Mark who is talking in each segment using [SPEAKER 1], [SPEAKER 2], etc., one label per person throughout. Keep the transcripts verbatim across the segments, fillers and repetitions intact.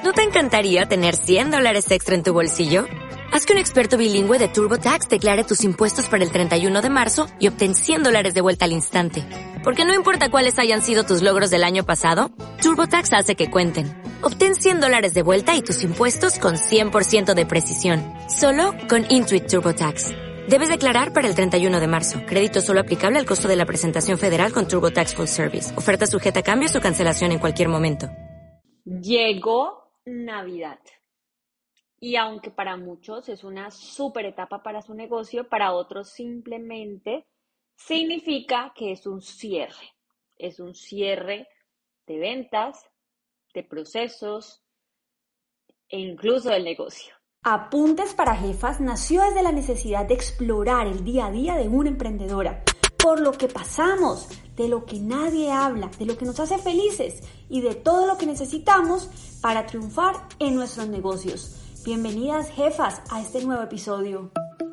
[SPEAKER 1] ¿No te encantaría tener cien dólares extra en tu bolsillo? Haz que un experto bilingüe de TurboTax declare tus impuestos para el treinta y uno de marzo y obtén cien dólares de vuelta al instante. Porque no importa cuáles hayan sido tus logros del año pasado, TurboTax hace que cuenten. Obtén cien dólares de vuelta y tus impuestos con cien por ciento de precisión. Solo con Intuit TurboTax. Debes declarar para el treinta y uno de marzo. Crédito solo aplicable al costo de la presentación federal con TurboTax Full Service. Oferta sujeta a cambios o cancelación en cualquier momento.
[SPEAKER 2] Llegó Navidad. Y aunque para muchos es una súper etapa para su negocio, para otros simplemente significa que es un cierre. Es un cierre de ventas, de procesos e incluso del negocio.
[SPEAKER 3] Apuntes para Jefas nació desde la necesidad de explorar el día a día de una emprendedora, por lo que pasamos, de lo que nadie habla, de lo que nos hace felices y de todo lo que necesitamos para triunfar en nuestros negocios. Bienvenidas, jefas, a este nuevo episodio.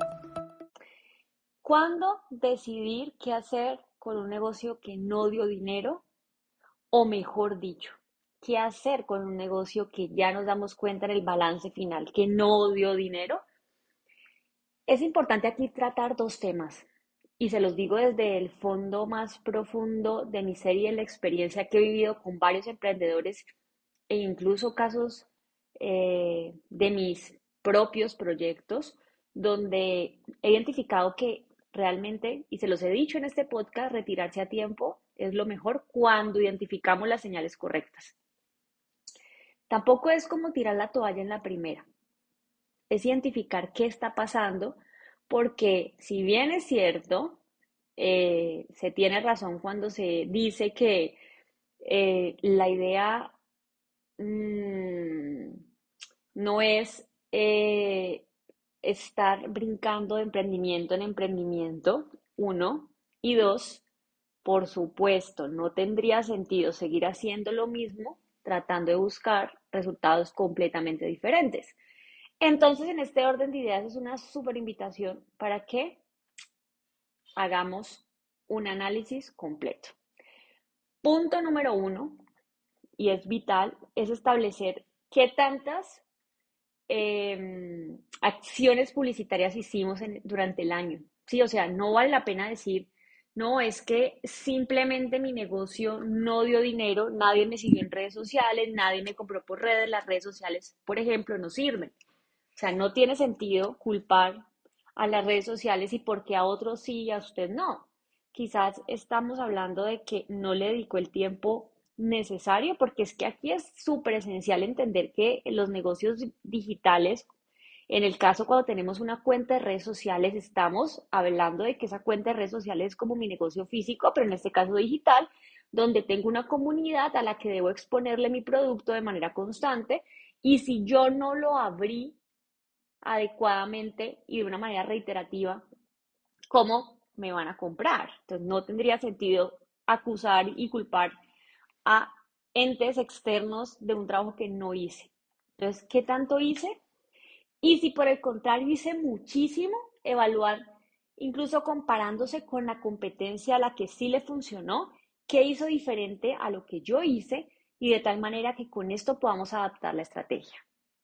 [SPEAKER 2] ¿Cuándo decidir qué hacer con un negocio que no dio dinero? O mejor dicho, ¿qué hacer con un negocio que ya nos damos cuenta en el balance final que no dio dinero? Es importante aquí tratar dos temas. Y se los digo desde el fondo más profundo de mi ser y de la experiencia que he vivido con varios emprendedores e incluso casos eh, de mis propios proyectos, donde he identificado que realmente, y se los he dicho en este podcast, retirarse a tiempo es lo mejor cuando identificamos las señales correctas. Tampoco es como tirar la toalla en la primera, es identificar qué está pasando, porque si bien es cierto, eh, se tiene razón cuando se dice que eh, la idea mmm, no es eh, estar brincando de emprendimiento en emprendimiento, uno, y dos, por supuesto, no tendría sentido seguir haciendo lo mismo tratando de buscar resultados completamente diferentes. Entonces, en este orden de ideas es una súper invitación para que hagamos un análisis completo. Punto número uno, y es vital, es establecer qué tantas eh, acciones publicitarias hicimos en, durante el año. Sí, o sea, no vale la pena decir, no, es que simplemente mi negocio no dio dinero, nadie me siguió en redes sociales, nadie me compró por redes, las redes sociales, por ejemplo, no sirven. O sea, no tiene sentido culpar a las redes sociales y porque a otros sí y a usted no. Quizás estamos hablando de que no le dedicó el tiempo necesario, porque es que aquí es súper esencial entender que en los negocios digitales, en el caso cuando tenemos una cuenta de redes sociales, estamos hablando de que esa cuenta de redes sociales es como mi negocio físico, pero en este caso digital, donde tengo una comunidad a la que debo exponerle mi producto de manera constante, y si yo no lo abrí adecuadamente y de una manera reiterativa, ¿cómo me van a comprar? Entonces no tendría sentido acusar y culpar a entes externos de un trabajo que no hice. Entonces, ¿qué tanto hice? Y si por el contrario hice muchísimo, evaluar, incluso comparándose con la competencia a la que sí le funcionó, qué hizo diferente a lo que yo hice y de tal manera que con esto podamos adaptar la estrategia.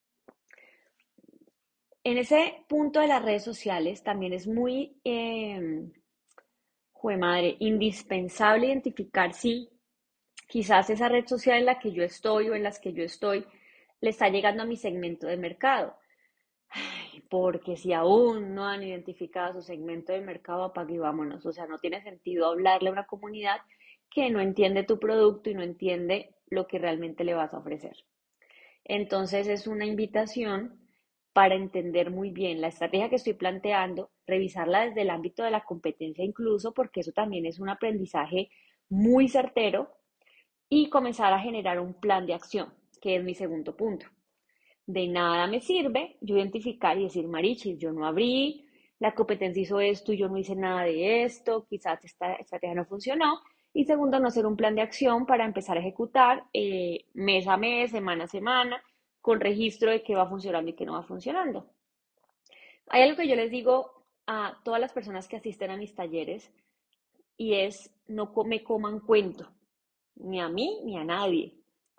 [SPEAKER 2] En ese punto de las redes sociales también es muy, eh, jue madre, indispensable identificar si quizás esa red social en la que yo estoy o en las que yo estoy le está llegando a mi segmento de mercado. Ay, porque si aún no han identificado su segmento de mercado, apague y vámonos. O sea, no tiene sentido hablarle a una comunidad que no entiende tu producto y no entiende lo que realmente le vas a ofrecer. Entonces es una invitación para entender muy bien la estrategia que estoy planteando, revisarla desde el ámbito de la competencia incluso, porque eso también es un aprendizaje muy certero, y comenzar a generar un plan de acción, que es mi segundo punto. De nada me sirve yo identificar y decir, Marichis, yo no abrí, la competencia hizo esto y yo no hice nada de esto, quizás esta estrategia no funcionó. Y segundo, no hacer un plan de acción para empezar a ejecutar eh, mes a mes, semana a semana, con registro de qué va funcionando y qué no va funcionando. Hay algo que yo les digo a todas las personas que asisten a mis talleres y es, no me coman cuento, ni a mí ni a nadie.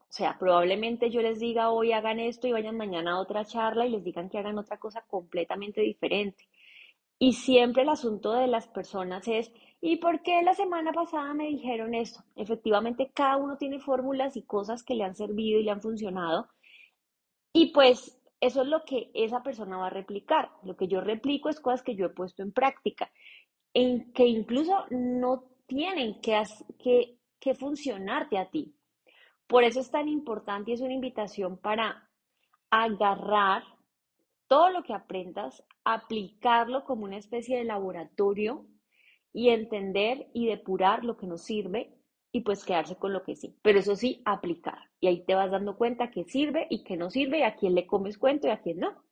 [SPEAKER 2] O sea, probablemente yo les diga hoy hagan esto y vayan mañana a otra charla y les digan que hagan otra cosa completamente diferente. Y siempre el asunto de las personas es, ¿y por qué la semana pasada me dijeron esto? Efectivamente, cada uno tiene fórmulas y cosas que le han servido y le han funcionado. Y pues eso es lo que esa persona va a replicar. Lo que yo replico es cosas que yo he puesto en práctica, en que incluso no tienen que, que, que funcionarte a ti. Por eso es tan importante y es una invitación para agarrar todo lo que aprendas, aplicarlo como una especie de laboratorio y entender y depurar lo que nos sirve y pues quedarse con lo que sí. Pero eso sí, aplicar. Y ahí te vas dando cuenta que sirve y que no sirve y a quién le comes cuento y a quién no.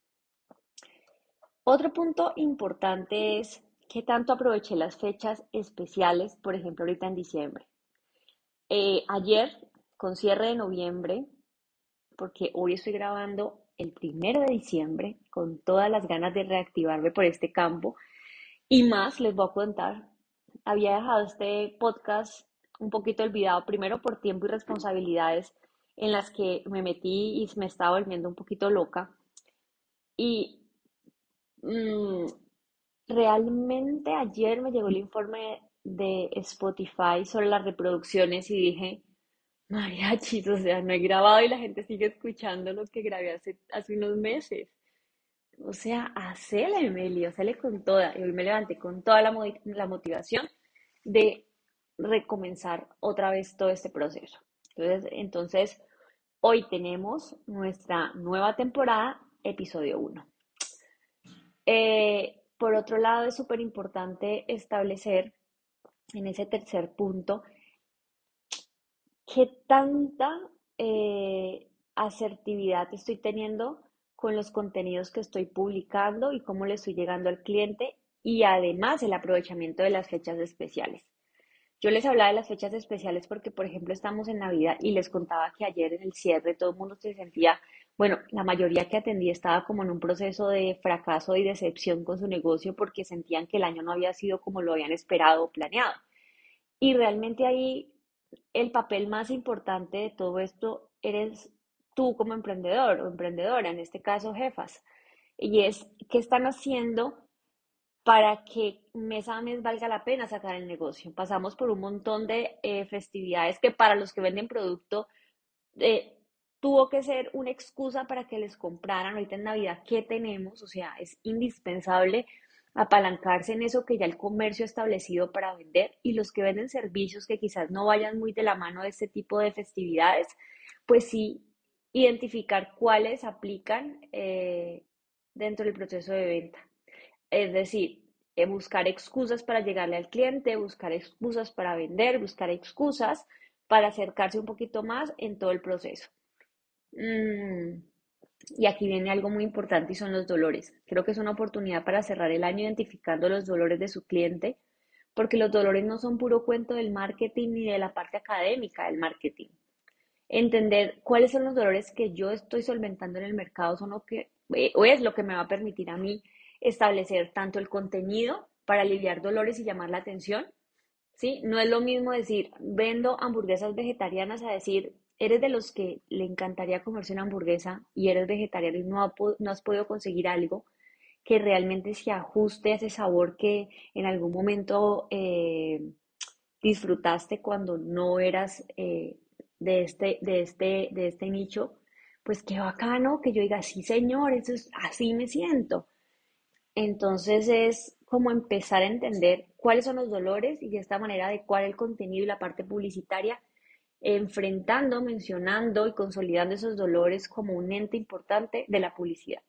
[SPEAKER 2] Otro punto importante es qué tanto aproveché las fechas especiales, por ejemplo, ahorita en diciembre. Eh, ayer, con cierre de noviembre, porque hoy estoy grabando el primero de diciembre con todas las ganas de reactivarme por este campo. Y más les voy a contar, había dejado este podcast un poquito olvidado, primero por tiempo y responsabilidades en las que me metí y me estaba volviendo un poquito loca. Y mmm, realmente ayer me llegó el informe de Spotify sobre las reproducciones y dije, mariachis, o sea, no he grabado y la gente sigue escuchando lo que grabé hace, hace unos meses. O sea, hacele, Emily, hacele con toda. Y hoy me levanté con toda la, la motivación de recomenzar otra vez todo este proceso. Entonces, entonces, hoy tenemos nuestra nueva temporada, episodio uno. Eh, por otro lado, es súper importante establecer en ese tercer punto qué tanta eh, asertividad estoy teniendo con los contenidos que estoy publicando y cómo le estoy llegando al cliente y además el aprovechamiento de las fechas especiales. Yo les hablaba de las fechas especiales porque, por ejemplo, estamos en Navidad y les contaba que ayer en el cierre todo el mundo se sentía, bueno, la mayoría que atendí estaba como en un proceso de fracaso y decepción con su negocio porque sentían que el año no había sido como lo habían esperado o planeado. Y realmente ahí el papel más importante de todo esto eres tú como emprendedor o emprendedora, en este caso jefas, y es qué están haciendo para que mes a mes valga la pena sacar el negocio. Pasamos por un montón de eh, festividades que para los que venden producto eh, tuvo que ser una excusa para que les compraran. Ahorita en Navidad, ¿qué tenemos? O sea, es indispensable apalancarse en eso que ya el comercio ha establecido para vender y los que venden servicios que quizás no vayan muy de la mano de este tipo de festividades, pues sí identificar cuáles aplican eh, dentro del proceso de venta. Es decir, eh, buscar excusas para llegarle al cliente, buscar excusas para vender, buscar excusas para acercarse un poquito más en todo el proceso. Mm, y aquí viene algo muy importante y son los dolores. Creo que es una oportunidad para cerrar el año identificando los dolores de su cliente, porque los dolores no son puro cuento del marketing ni de la parte académica del marketing. Entender cuáles son los dolores que yo estoy solventando en el mercado son lo que, eh, o es lo que me va a permitir a mí establecer tanto el contenido para aliviar dolores y llamar la atención, ¿sí? No es lo mismo decir, vendo hamburguesas vegetarianas a decir, eres de los que le encantaría comerse una hamburguesa y eres vegetariano y no, ha, no has podido conseguir algo que realmente se ajuste a ese sabor que en algún momento eh, disfrutaste cuando no eras eh, de, este, de, este, de este nicho, pues qué bacano que yo diga, sí señor, eso es, así me siento. Entonces es como empezar a entender cuáles son los dolores y de esta manera adecuar el contenido y la parte publicitaria, enfrentando, mencionando y consolidando esos dolores como un ente importante de la publicidad.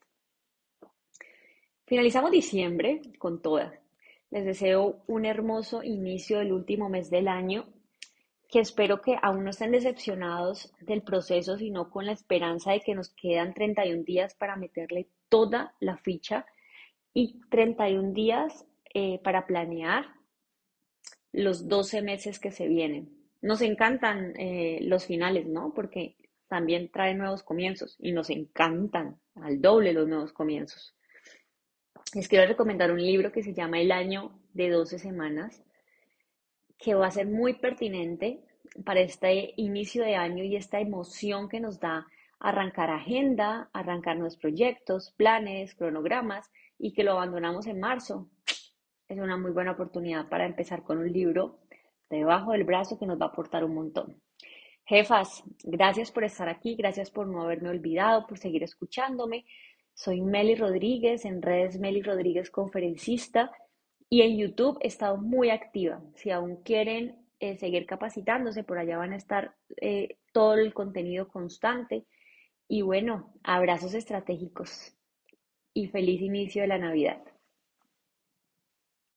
[SPEAKER 2] Finalizamos diciembre con todas. Les deseo un hermoso inicio del último mes del año, que espero que aún no estén decepcionados del proceso, sino con la esperanza de que nos quedan treinta y un días para meterle toda la ficha y treinta y un días eh, para planear los doce meses que se vienen. Nos encantan eh, los finales, ¿no? Porque también traen nuevos comienzos y nos encantan al doble los nuevos comienzos. Les quiero recomendar un libro que se llama El año de doce semanas, que va a ser muy pertinente para este inicio de año y esta emoción que nos da arrancar agenda, arrancar nuestros proyectos, planes, cronogramas y que lo abandonamos en marzo. Es una muy buena oportunidad para empezar con un libro debajo del brazo que nos va a aportar un montón. Jefas, gracias por estar aquí, gracias por no haberme olvidado, por seguir escuchándome. Soy Meli Rodríguez, en redes Meli Rodríguez Conferencista y en YouTube he estado muy activa. Si aún quieren eh, seguir capacitándose, por allá van a estar eh, todo el contenido constante. Y bueno, abrazos estratégicos y feliz inicio de la Navidad.